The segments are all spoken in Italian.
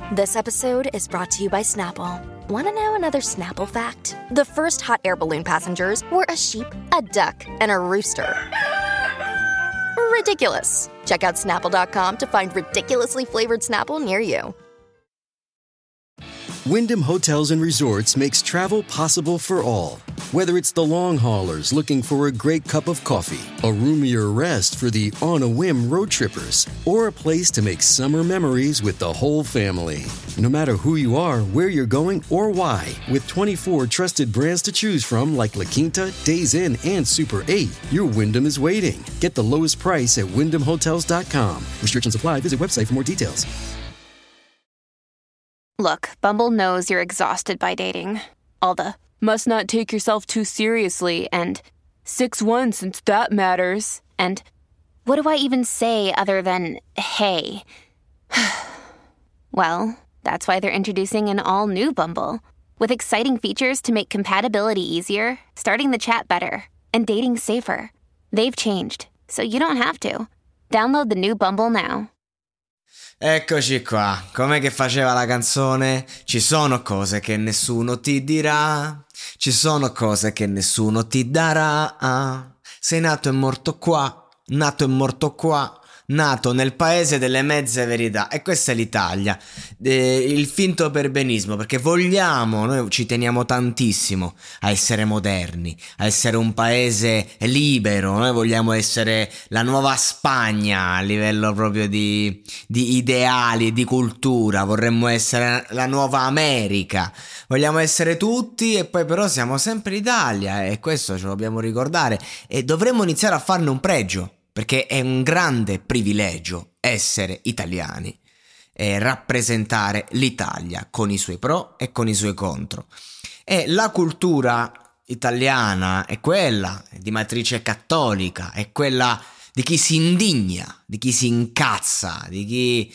This episode is brought to you by Snapple. Want to know another Snapple fact? The first hot air balloon passengers were a sheep, a duck, and a rooster. Ridiculous. Check out Snapple.com to find ridiculously flavored Snapple near you. Wyndham Hotels and Resorts makes travel possible for all. Whether it's the long haulers looking for a great cup of coffee, a roomier rest for the on-a-whim road trippers, or a place to make summer memories with the whole family. No matter who you are, where you're going, or why, with 24 trusted brands to choose from like La Quinta, Days Inn, and Super 8, your Wyndham is waiting. Get the lowest price at WyndhamHotels.com. Restrictions apply. Visit website for more details. Look, Bumble knows you're exhausted by dating. All the, must not take yourself too seriously, and 6'1" since that matters, and what do I even say other than, hey? Well, that's why they're introducing an all-new Bumble, with exciting features to make compatibility easier, starting the chat better, and dating safer. They've changed, so you don't have to. Download the new Bumble now. Eccoci qua, com'è che faceva la canzone? Ci sono cose che nessuno ti dirà, ci sono cose che nessuno ti darà. Sei nato e morto qua, nato e morto qua, nato nel paese delle mezze verità. E questa è l'Italia, il finto perbenismo, perché noi ci teniamo tantissimo a essere moderni, a essere un paese libero. Noi vogliamo essere la nuova Spagna a livello proprio di ideali, di cultura. Vorremmo essere la nuova America, vogliamo essere tutti, e poi però siamo sempre l'Italia, e questo ce lo dobbiamo ricordare, e dovremmo iniziare a farne un pregio, perché è un grande privilegio essere italiani e rappresentare l'Italia con i suoi pro e con i suoi contro. E la cultura italiana è quella di matrice cattolica, è quella di chi si indigna, di chi si incazza, di chi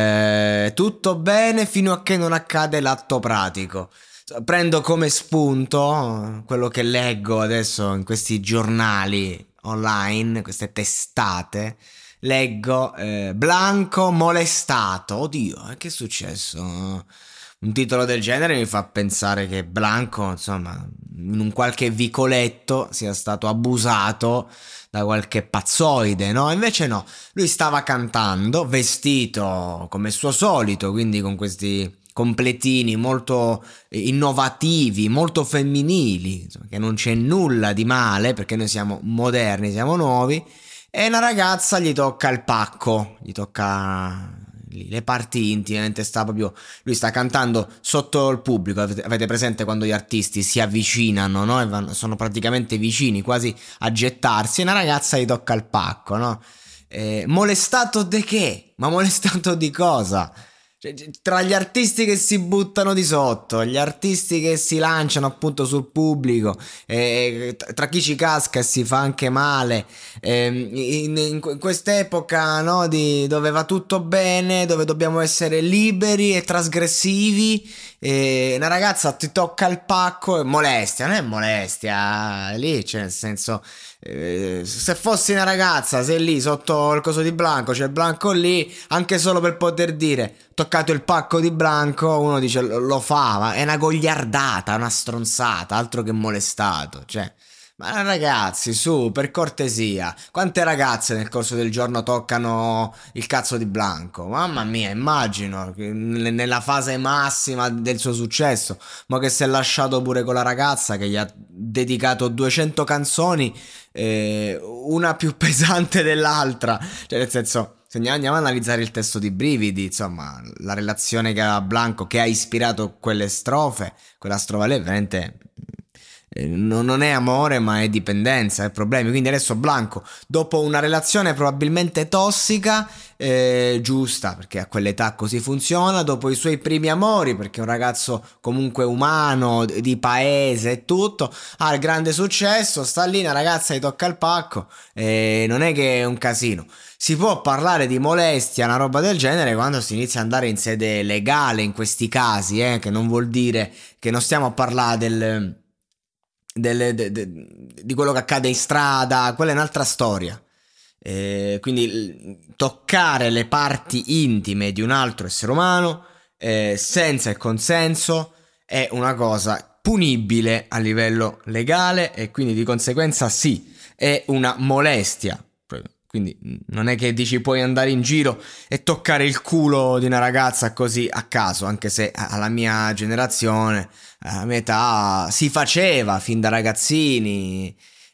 tutto bene fino a che non accade l'atto pratico. Prendo come spunto quello che leggo adesso in questi giornali online, queste testate. Leggo Blanco molestato. Oddio, che è successo? Un titolo del genere mi fa pensare che Blanco, insomma, in un qualche vicoletto sia stato abusato da qualche pazzoide, no? Invece no, lui stava cantando vestito come suo solito, quindi con questi completini molto innovativi, molto femminili, insomma, che non c'è nulla di male perché noi siamo moderni, siamo nuovi. E una ragazza gli tocca il pacco, gli tocca le parti intime, mentre lui sta cantando sotto il pubblico. Avete presente quando gli artisti si avvicinano, no? E sono praticamente vicini, quasi a gettarsi, e una ragazza gli tocca il pacco, no? Molestato di che? Ma molestato di cosa? Cioè, tra gli artisti che si buttano di sotto, gli artisti che si lanciano appunto sul pubblico, tra chi ci casca e si fa anche male, in quest'epoca, no, dove va tutto bene, dove dobbiamo essere liberi e trasgressivi, una ragazza ti tocca il pacco, e molestia, non è molestia lì, cioè nel senso, se fossi una ragazza, sei lì sotto il coso di Blanco, c'è Blanco lì, anche solo per poter dire toccato il pacco di Blanco, uno dice lo fa, ma è una gogliardata, una stronzata, altro che molestato, cioè. Ma ragazzi, su, per cortesia, quante ragazze nel corso del giorno toccano il cazzo di Blanco? Mamma mia, immagino, nella fase massima del suo successo, ma che si è lasciato pure con la ragazza che gli ha dedicato 200 canzoni, una più pesante dell'altra, cioè nel senso, se andiamo ad analizzare il testo di Brividi, insomma, la relazione che ha Blanco, che ha ispirato quelle strofe, quella strofa lì veramente non è amore, ma è dipendenza, è problemi. Quindi adesso Blanco, dopo una relazione probabilmente tossica, giusta, perché a quell'età così funziona, dopo i suoi primi amori, perché è un ragazzo comunque umano, di paese e tutto, ha il grande successo, sta lì, una ragazza gli tocca il pacco, non è che è un casino. Si può parlare di molestia, una roba del genere, quando si inizia ad andare in sede legale in questi casi, che non vuol dire che non stiamo a parlare di quello che accade in strada, quella è un'altra storia. Quindi toccare le parti intime di un altro essere umano senza il consenso è una cosa punibile a livello legale e quindi di conseguenza sì, è una molestia. Quindi non è che dici puoi andare in giro e toccare il culo di una ragazza così a caso, anche se alla mia generazione, alla mia età, si faceva fin da ragazzini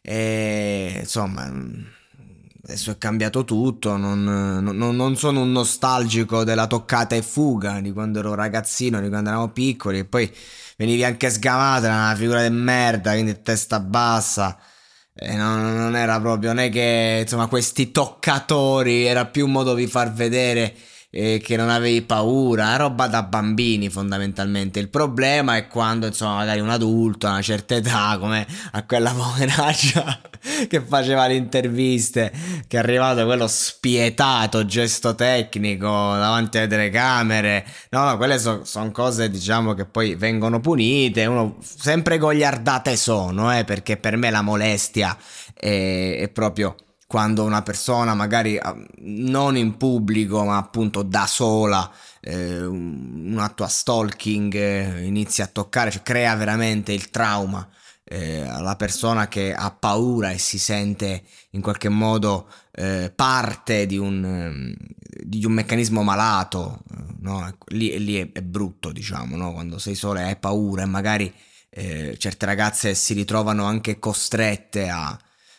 e insomma adesso è cambiato tutto, non sono un nostalgico della toccata e fuga di quando ero ragazzino, di quando eravamo piccoli e poi venivi anche sgamato, era una figura di merda, quindi testa bassa. Non era proprio, non è che insomma questi toccatori era più un modo di far vedere che non avevi paura, è roba da bambini fondamentalmente. Il problema è quando insomma magari un adulto a una certa età, come a quella poveraccia che faceva le interviste, che è arrivato quello spietato gesto tecnico davanti alle telecamere, no, quelle sono cose diciamo che poi vengono punite, uno sempre gogliardate sono, perché per me la molestia è proprio quando una persona magari non in pubblico ma appunto da sola un atto a stalking inizia a toccare, cioè crea veramente il trauma alla persona che ha paura e si sente in qualche modo parte di un meccanismo malato, no? Lì è brutto, diciamo, no? Quando sei sola e hai paura e magari certe ragazze si ritrovano anche costrette a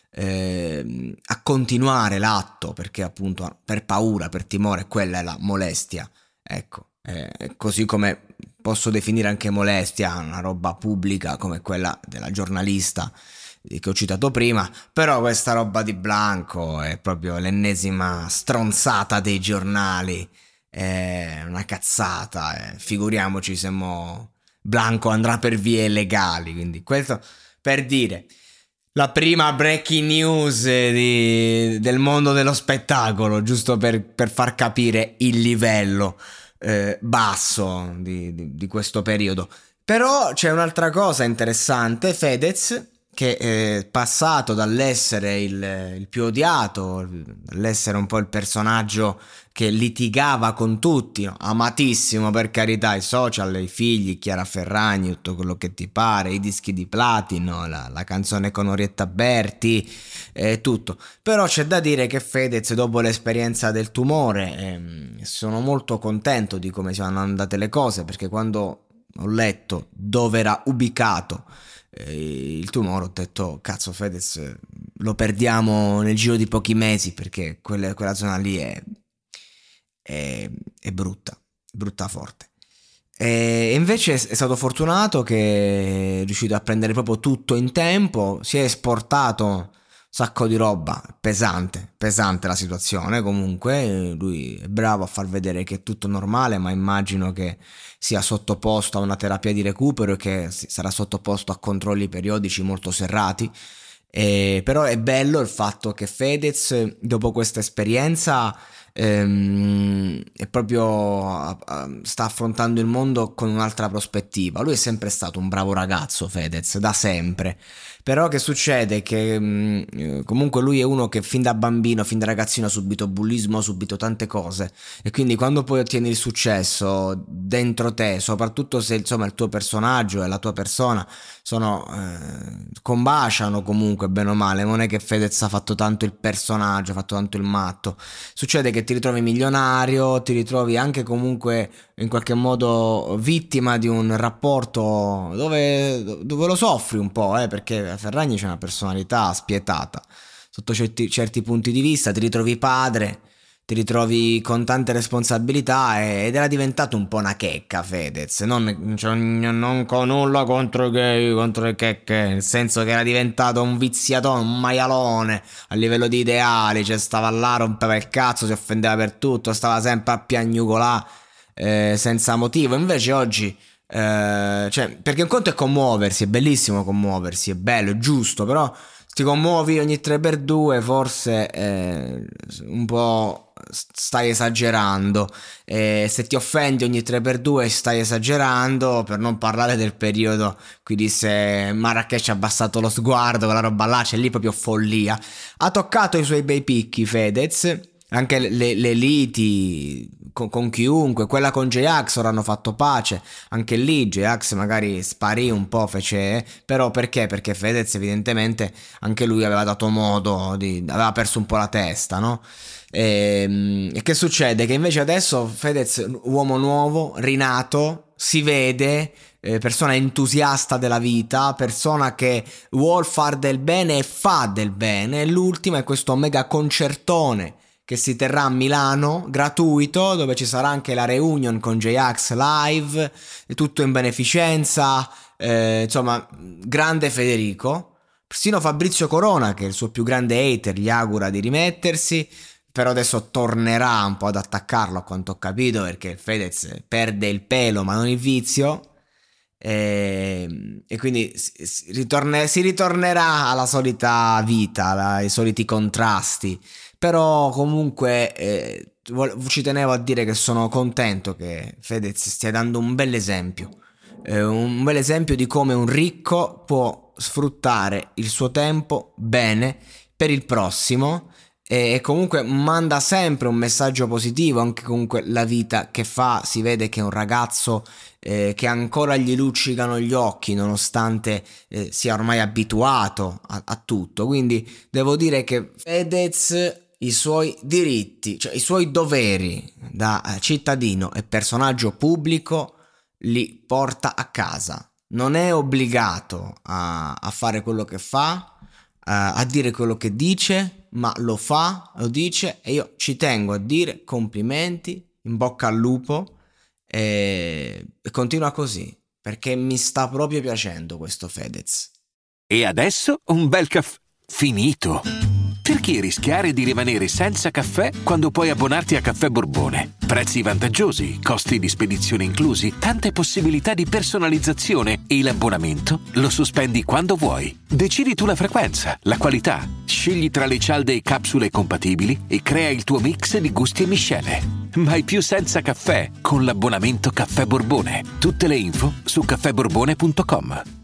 continuare l'atto perché appunto per paura, per timore, quella è la molestia, ecco, così come posso definire anche molestia una roba pubblica come quella della giornalista che ho citato prima, però questa roba di Blanco è proprio l'ennesima stronzata dei giornali, è una cazzata, figuriamoci se Blanco andrà per vie legali, quindi questo per dire. La prima breaking news del mondo dello spettacolo, giusto per far capire il livello basso di questo periodo. Però c'è un'altra cosa interessante, Fedez, che è passato dall'essere il più odiato, dall'essere un po' il personaggio che litigava con tutti, no? Amatissimo per carità, i social, i figli, Chiara Ferragni, tutto quello che ti pare, i dischi di platino, la canzone con Orietta Berti, tutto. Però c'è da dire che Fedez, dopo l'esperienza del tumore, sono molto contento di come siano andate le cose, perché quando ho letto dove era ubicato il tumore ho detto cazzo, Fedez lo perdiamo nel giro di pochi mesi, perché quella zona lì è brutta forte. E invece è stato fortunato che è riuscito a prendere proprio tutto in tempo, si è esportato un sacco di roba, pesante la situazione, comunque lui è bravo a far vedere che è tutto normale, ma immagino che sia sottoposto a una terapia di recupero e che sarà sottoposto a controlli periodici molto serrati. Però è bello il fatto che Fedez dopo questa esperienza è proprio sta affrontando il mondo con un'altra prospettiva. Lui è sempre stato un bravo ragazzo, Fedez, da sempre. Però che succede? Che comunque lui è uno che fin da bambino, fin da ragazzino ha subito bullismo, ha subito tante cose, e quindi quando poi ottieni il successo dentro te, soprattutto se insomma il tuo personaggio e la tua persona combaciano comunque bene o male, non è che Fedez ha fatto tanto il personaggio, ha fatto tanto il matto, succede che ti ritrovi milionario, ti ritrovi anche comunque in qualche modo vittima di un rapporto dove lo soffri un po', perché Ferragni c'è una personalità spietata sotto certi punti di vista, ti ritrovi padre, ti ritrovi con tante responsabilità ed era diventato un po' una checca Fedez, non con nulla contro i gay, contro le checche, nel senso che era diventato un viziatone, un maialone a livello di ideali, cioè stava là, rompeva il cazzo, si offendeva per tutto, stava sempre a piagnucolà senza motivo. Invece oggi cioè, perché un conto è commuoversi, è bellissimo commuoversi, è bello, è giusto, però ti commuovi ogni 3x2 forse un po' stai esagerando, se ti offendi ogni 3x2 stai esagerando, per non parlare del periodo qui disse Marrakesh ha abbassato lo sguardo, quella roba là, c'è lì proprio follia. Ha toccato i suoi bei picchi Fedez, anche le liti con chiunque, quella con J-Ax ora hanno fatto pace, anche lì J-Ax magari sparì un po', però perché? Perché Fedez evidentemente anche lui aveva dato modo, aveva perso un po' la testa, no? E che succede? Che invece adesso Fedez, uomo nuovo, rinato, si vede, persona entusiasta della vita, persona che vuol far del bene e fa del bene. E l'ultima è questo mega concertone che si terrà a Milano, gratuito, dove ci sarà anche la reunion con J-Ax live, tutto in beneficenza, insomma, grande Federico. Persino Fabrizio Corona, che è il suo più grande hater, gli augura di rimettersi, però adesso tornerà un po' ad attaccarlo, a quanto ho capito, perché Fedez perde il pelo ma non il vizio, e quindi si ritornerà alla solita vita, ai soliti contrasti. Però comunque ci tenevo a dire che sono contento che Fedez stia dando un bel esempio di come un ricco può sfruttare il suo tempo bene per il prossimo, e comunque manda sempre un messaggio positivo. Anche comunque la vita che fa, si vede che è un ragazzo che ancora gli luccicano gli occhi nonostante sia ormai abituato a tutto. Quindi devo dire che Fedez i suoi diritti, cioè i suoi doveri da cittadino e personaggio pubblico li porta a casa. Non è obbligato a fare quello che fa, a dire quello che dice, ma lo fa, lo dice, e io ci tengo a dire complimenti, in bocca al lupo, e continua così, perché mi sta proprio piacendo questo Fedez. E adesso un bel caffè finito. Perché rischiare di rimanere senza caffè quando puoi abbonarti a Caffè Borbone? Prezzi vantaggiosi, costi di spedizione inclusi, tante possibilità di personalizzazione e l'abbonamento lo sospendi quando vuoi. Decidi tu la frequenza, la qualità, scegli tra le cialde e capsule compatibili e crea il tuo mix di gusti e miscele. Mai più senza caffè con l'abbonamento Caffè Borbone. Tutte le info su caffèborbone.com.